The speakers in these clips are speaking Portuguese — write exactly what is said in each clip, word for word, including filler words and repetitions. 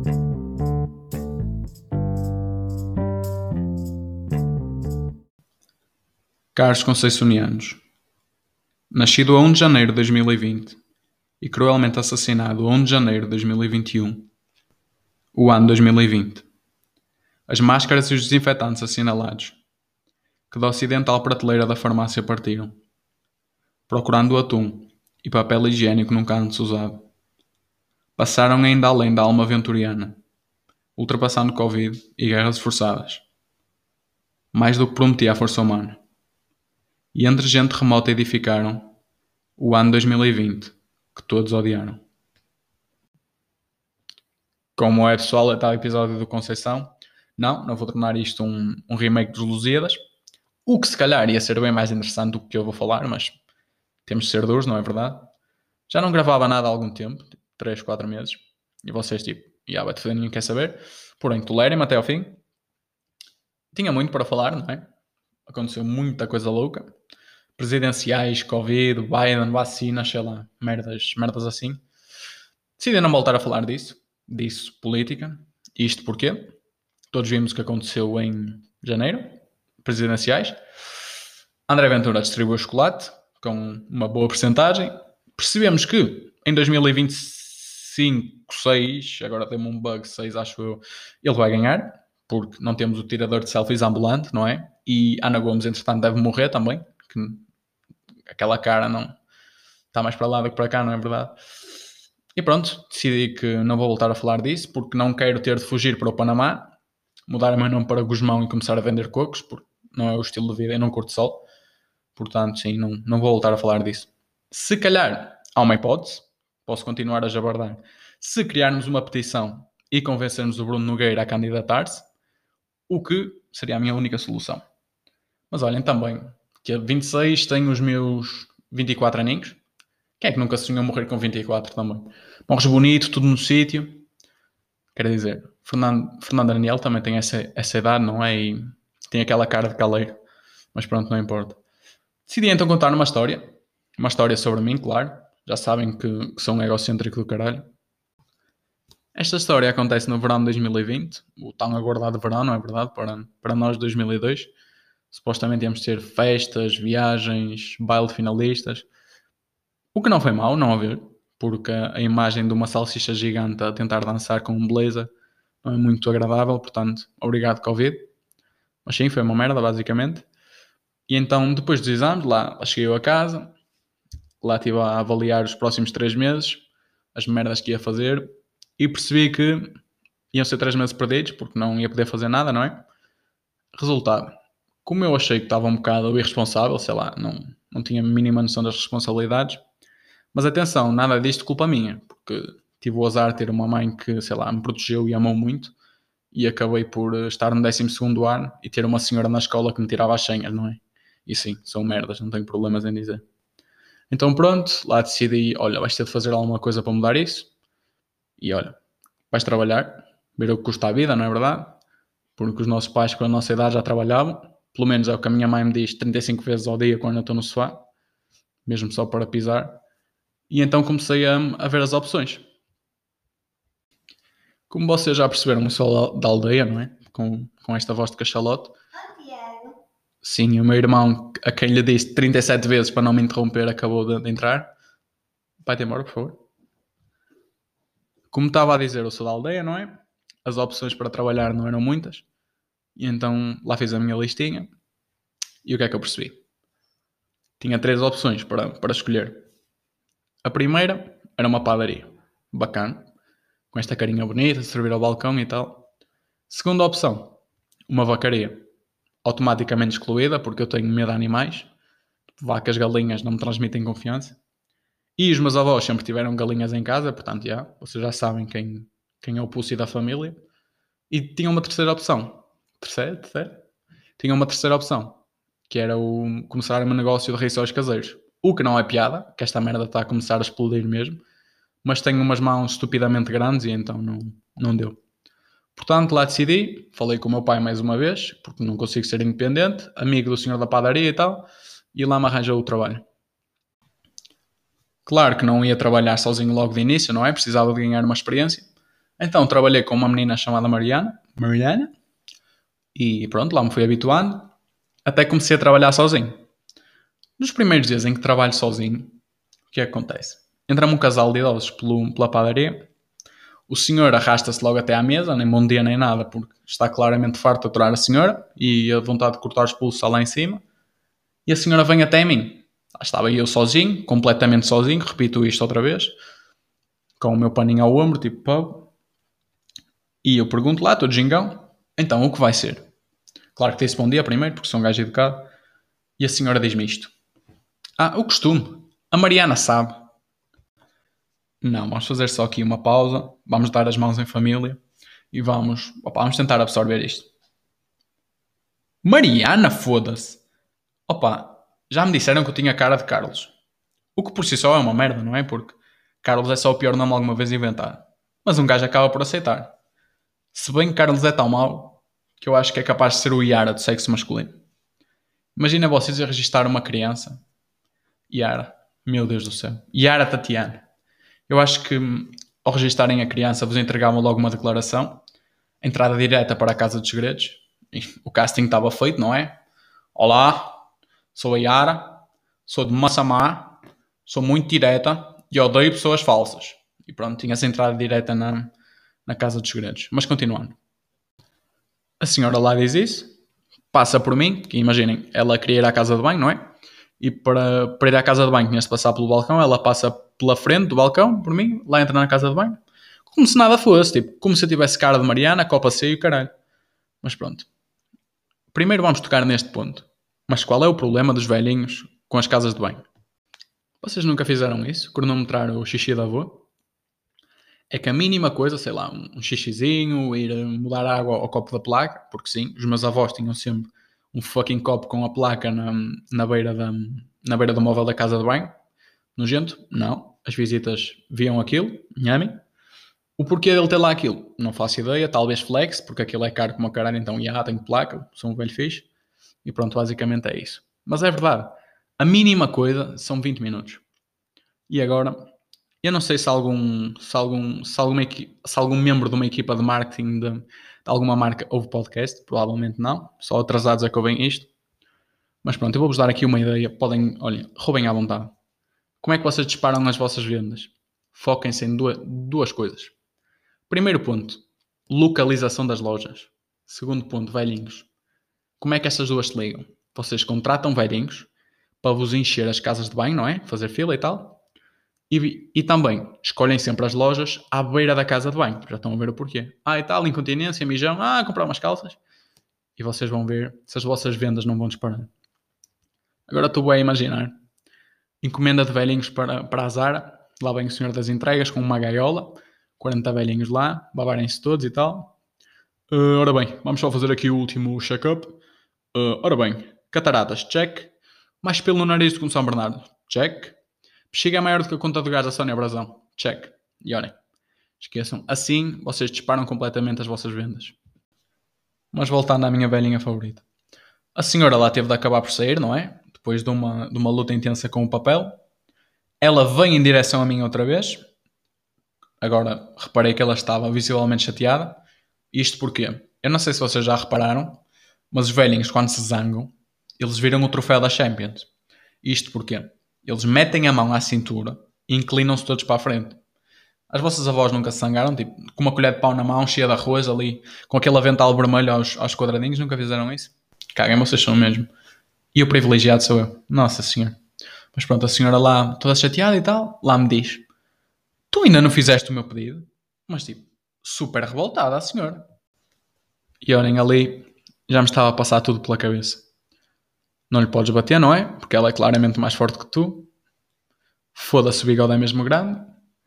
Caros conceiçonianos, nascido a um de janeiro de dois mil e vinte e cruelmente assassinado a um de janeiro de dois mil e vinte e um, o ano dois mil e vinte, as máscaras e os desinfetantes assinalados, que da ocidental prateleira da farmácia partiram, procurando o atum e papel higiênico nunca antes usado, passaram ainda além da alma venturiana, ultrapassando Covid e guerras forçadas, mais do que prometia a força humana. E entre gente remota edificaram o ano dois mil e vinte, que todos odiaram. Como é pessoal, é tal episódio do Conceição. Não, não vou tornar isto um, um remake dos Lusíadas, o que se calhar ia ser bem mais interessante do que eu vou falar, mas temos de ser duros, não é verdade? Já não gravava nada há algum tempo, três, quatro meses, e vocês tipo, já vai-te foder, ninguém quer saber, porém tolerem-me até ao fim. Tinha muito para falar, não é? Aconteceu muita coisa louca. Presidenciais, Covid, Biden, vacinas, sei lá, merdas, merdas assim. Decidi não voltar a falar disso, disso, política. Isto porquê? Todos vimos o que aconteceu em janeiro, presidenciais. André Ventura distribuiu chocolate com uma boa percentagem. Percebemos que em dois mil e vinte e cinco, seis, agora deu-me um bug, seis acho eu, ele vai ganhar, porque não temos o tirador de selfies ambulante, não é? E Ana Gomes, entretanto, deve morrer também, que aquela cara não está mais para lá do que para cá, não é verdade? E pronto, decidi que não vou voltar a falar disso, porque não quero ter de fugir para o Panamá, mudar o meu nome para Guzmão e começar a vender cocos, porque não é o estilo de vida e não curto sol. Portanto, sim, não, não vou voltar a falar disso. Se calhar, há uma hipótese, posso continuar a jabardar. Se criarmos uma petição e convencermos o Bruno Nogueira a candidatar-se, o que seria a minha única solução. Mas olhem também, que a vinte e seis tenho os meus vinte e quatro aninhos. Quem é que nunca sonhou morrer com vinte e quatro também? Morres bonito, tudo no sítio. Quer dizer, Fernando, Fernando Daniel também tem essa, essa idade, não é? E tem aquela cara de caleiro. Mas pronto, não importa. Decidi então contar uma história. Uma história sobre mim, claro. Já sabem que, que sou um egocêntrico do caralho. Esta história acontece no verão de dois mil e vinte. O tão aguardado verão, não é verdade? Para, para nós de dois mil e dois. Supostamente íamos ter festas, viagens, baile de finalistas. O que não foi mau, não haver. Porque a imagem de uma salsicha gigante a tentar dançar com um blazer não é muito agradável. Portanto, obrigado Covid. Mas sim, foi uma merda, basicamente. E então, depois dos exames, lá, lá cheguei eu a casa, lá estive a avaliar os próximos três meses, as merdas que ia fazer, e percebi que iam ser três meses perdidos, porque não ia poder fazer nada, não é? Resultado, como eu achei que estava um bocado irresponsável, sei lá, não, não tinha a mínima noção das responsabilidades, mas atenção, nada disto culpa minha, porque tive o azar de ter uma mãe que, sei lá, me protegeu e amou muito, e acabei por estar no décimo segundo ano e ter uma senhora na escola que me tirava as senhas, não é? E sim, são merdas, não tenho problemas em dizer. Então pronto, lá decidi, olha, vais ter de fazer alguma coisa para mudar isso. E olha, vais trabalhar, ver o que custa a vida, não é verdade? Porque os nossos pais com a nossa idade já trabalhavam. Pelo menos é o que a minha mãe me diz trinta e cinco vezes ao dia quando eu estou no sofá. Mesmo só para pisar. E então comecei a, a ver as opções. Como vocês já perceberam, eu sou da aldeia, não é? Com, com esta voz de cachalote. Sim, o meu irmão, a quem lhe disse trinta e sete vezes para não me interromper, acabou de, de entrar. Vai-te embora, por favor. Como estava a dizer, eu sou da aldeia, não é? As opções para trabalhar não eram muitas. E então lá fiz a minha listinha. E o que é que eu percebi? Tinha três opções para, para escolher. A primeira era uma padaria. Bacana. Com esta carinha bonita, servir ao balcão e tal. Segunda opção, uma vacaria. Automaticamente excluída, porque eu tenho medo de animais. Vacas, galinhas não me transmitem confiança. E os meus avós sempre tiveram galinhas em casa, portanto, já, vocês já sabem quem, quem é o Pussy da família. E tinha uma terceira opção. Terceira? Terceira? Tinha uma terceira opção, que era o começar um negócio de rissóis caseiros. O que não é piada, que esta merda está a começar a explodir mesmo, mas tenho umas mãos estupidamente grandes e então não, não deu. Portanto, lá decidi, falei com o meu pai mais uma vez, porque não consigo ser independente, amigo do senhor da padaria e tal, e lá me arranjou o trabalho. Claro que não ia trabalhar sozinho logo de início, não é? Precisava de ganhar uma experiência. Então trabalhei com uma menina chamada Mariana, Mariana, e pronto, lá me fui habituando, até comecei a trabalhar sozinho. Nos primeiros dias em que trabalho sozinho, o que é que acontece? Entra-me um casal de idosos pelo, pela padaria, o senhor arrasta-se logo até à mesa, nem bom dia nem nada, porque está claramente farto de aturar a senhora e a vontade de cortar os pulsos está lá em cima, e a senhora vem até mim. Lá estava eu sozinho, completamente sozinho, repito isto outra vez, com o meu paninho ao ombro, tipo pub, e eu pergunto lá, estou de gingão, então o que vai ser? Claro que disse bom dia primeiro, porque sou um gajo educado, e a senhora diz-me isto. Ah, o costume. A Mariana sabe. Não, vamos fazer só aqui uma pausa, vamos dar as mãos em família e vamos, opa, vamos tentar absorver isto. Mariana, foda-se! Opa, já me disseram que eu tinha cara de Carlos. O que por si só é uma merda, não é? Porque Carlos é só o pior nome alguma vez inventado. Mas um gajo acaba por aceitar. Se bem que Carlos é tão mau que eu acho que é capaz de ser o Yara do sexo masculino. Imagina vocês a registrar uma criança. Yara. Meu Deus do céu. Yara Tatiana. Eu acho que ao registarem a criança vos entregavam logo uma declaração. Entrada direta para a Casa dos Segredos. O casting estava feito, não é? Olá, sou a Yara, sou de Massamá, sou muito direta e odeio pessoas falsas. E pronto, tinha-se entrada direta na, na Casa dos Segredos. Mas continuando. A senhora lá diz isso, passa por mim, que imaginem, ela queria ir à casa de banho, não é? E para, para ir à casa de banho tinha-se de passar pelo balcão, ela passa pela frente do balcão, por mim, lá entra na casa de banho. Como se nada fosse, tipo, como se eu tivesse cara de Mariana, copa C e o caralho. Mas pronto. Primeiro vamos tocar neste ponto. Mas qual é o problema dos velhinhos com as casas de banho? Vocês nunca fizeram isso? Cronometrar o xixi da avó? É que a mínima coisa, sei lá, um xixizinho, ir mudar a água ao copo da placa, porque sim, os meus avós tinham sempre um fucking copo com a placa na, na, beira, da, na beira do móvel da casa de banho. Nojento? Não. As visitas viam aquilo, nhame. O porquê dele ter lá aquilo? Não faço ideia, talvez flex, porque aquilo é caro como a caralho, então já tenho placa, sou um velho fixe. E pronto, basicamente é isso. Mas é verdade, a mínima coisa são vinte minutos. E agora, eu não sei se algum, se algum, se alguma equi- se algum membro de uma equipa de marketing de, de alguma marca ouve podcast, provavelmente não, só atrasados é que ouvem isto. Mas pronto, eu vou-vos dar aqui uma ideia, podem, olha, roubem à vontade. Como é que vocês disparam nas vossas vendas? Foquem-se em duas, duas coisas. Primeiro ponto, localização das lojas. Segundo ponto, velhinhos. Como é que estas duas se ligam? Vocês contratam velhinhos para vos encher as casas de banho, não é? Fazer fila e tal. E, e também escolhem sempre as lojas à beira da casa de banho. Já estão a ver o porquê. Ah, e tal, incontinência, mijão. Ah, comprar umas calças. E vocês vão ver se as vossas vendas não vão disparar. Agora estou a imaginar. Encomenda de velhinhos para, para a Zara. Lá vem o senhor das entregas com uma gaiola. quarenta velhinhos lá. Babarem-se todos e tal. Uh, ora bem, vamos só fazer aqui o último check-up. Uh, ora bem, cataratas, check. Mais pelo no nariz do que um São Bernardo, check. Bexiga é maior do que a conta do gás da Sónia Brasão, check. E olhem, esqueçam, assim vocês disparam completamente as vossas vendas. Mas voltando à minha velhinha favorita. A senhora lá teve de acabar por sair, não é? Depois de uma, de uma luta intensa com o papel. Ela vem em direção a mim outra vez. Agora, reparei que ela estava visivelmente chateada. Isto porquê? Eu não sei se vocês já repararam, mas os velhinhos, quando se zangam, eles viram o troféu da Champions. Isto porquê? Eles metem a mão à cintura e inclinam-se todos para a frente. As vossas avós nunca se zangaram? Tipo, com uma colher de pau na mão, cheia de arroz ali, com aquele avental vermelho aos, aos quadradinhos, nunca fizeram isso? Caguem, vocês são mesmo. E o privilegiado sou eu. Nossa senhora. Mas pronto, a senhora lá, toda chateada e tal, lá me diz: tu ainda não fizeste o meu pedido? Mas tipo, super revoltada a senhora. E olhem ali, já me estava a passar tudo pela cabeça. Não lhe podes bater, não é? Porque ela é claramente mais forte que tu. Foda-se, o bigode é mesmo grande.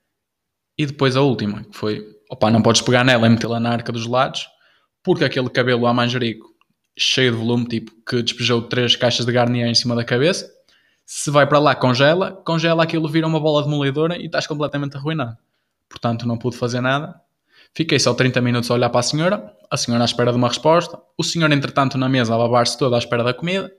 E depois a última, que foi: opá, não podes pegar nela e metê-la na arca dos lados, porque aquele cabelo a manjerico, cheio de volume, tipo, que despejou três caixas de Garnier em cima da cabeça, se vai para lá, congela, congela aquilo, vira uma bola demolidora e estás completamente arruinado. Portanto, não pude fazer nada. Fiquei só trinta minutos a olhar para a senhora, a senhora à espera de uma resposta, o senhor, entretanto, na mesa a babar-se todo à espera da comida.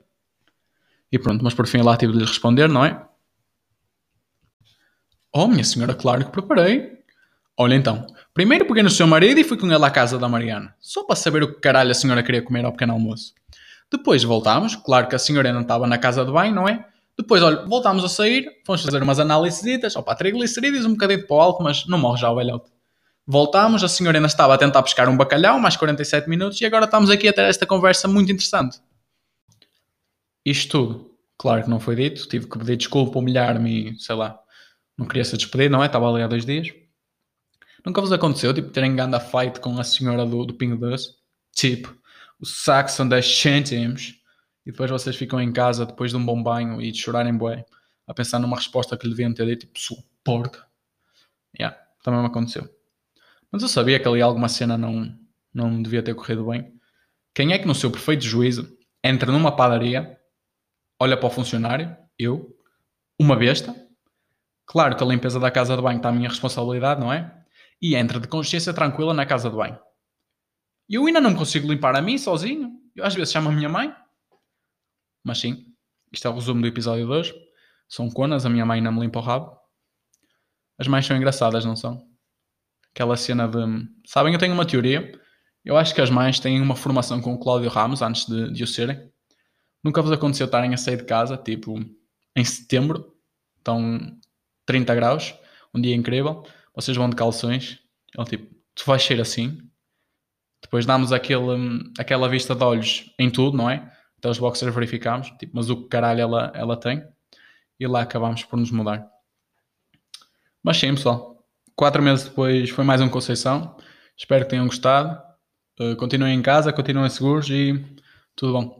E pronto, mas por fim lá tive de lhe responder, não é? Oh, minha senhora, claro que preparei. Olha então, Primeiro peguei no seu marido e fui com ele à casa da Mariana, só para saber o que caralho a senhora queria comer ao pequeno almoço. Depois voltámos, claro que a senhora não estava na casa de banho, não é? Depois, olha, voltámos a sair, fomos fazer umas análises, opa, triglicerídeos, um bocadinho para o álcool, mas não morre já o velhote. Voltámos, a senhora ainda estava a tentar pescar um bacalhau, mais quarenta e sete minutos, e agora estamos aqui a ter esta conversa muito interessante. Isto tudo, claro que não foi dito, tive que pedir desculpa, humilhar-me e, sei lá, não queria ser despedido, não é? Estava ali há dois dias. Nunca vos aconteceu, tipo, terem ganho a fight com a senhora do, do Pingo Doce? Tipo, o saco são dez cêntimos e depois vocês ficam em casa depois de um bom banho e de chorarem bué, a pensar numa resposta que lhe deviam ter dito, tipo, sua porca. Yeah, também me aconteceu. Mas eu sabia que ali alguma cena não, não devia ter corrido bem. Quem é que no seu perfeito juízo entra numa padaria, olha para o funcionário, eu, uma besta, claro que a limpeza da casa de banho está à minha responsabilidade, não é? E entra de consciência tranquila na casa de banho. E eu ainda não consigo limpar a mim sozinho. Eu às vezes chamo a minha mãe. Mas sim, isto é o resumo do episódio de hoje. São conas, a minha mãe não me limpa o rabo. As mães são engraçadas, não são? Aquela cena de... Sabem, eu tenho uma teoria. Eu acho que as mães têm uma formação com o Cláudio Ramos antes de, de o serem. Nunca vos aconteceu estarem a sair de casa, tipo, em setembro. Estão trinta graus. Um dia incrível. Vocês vão de calções. Ele tipo, tu vais ser assim? Depois damos aquele, aquela vista de olhos em tudo, não é? Até os boxers verificámos, tipo, mas o que caralho ela, ela tem. E lá acabámos por nos mudar. Mas sim, pessoal. Quatro meses depois foi mais um Conceição. Espero que tenham gostado. Uh, continuem em casa, continuem seguros e tudo bom.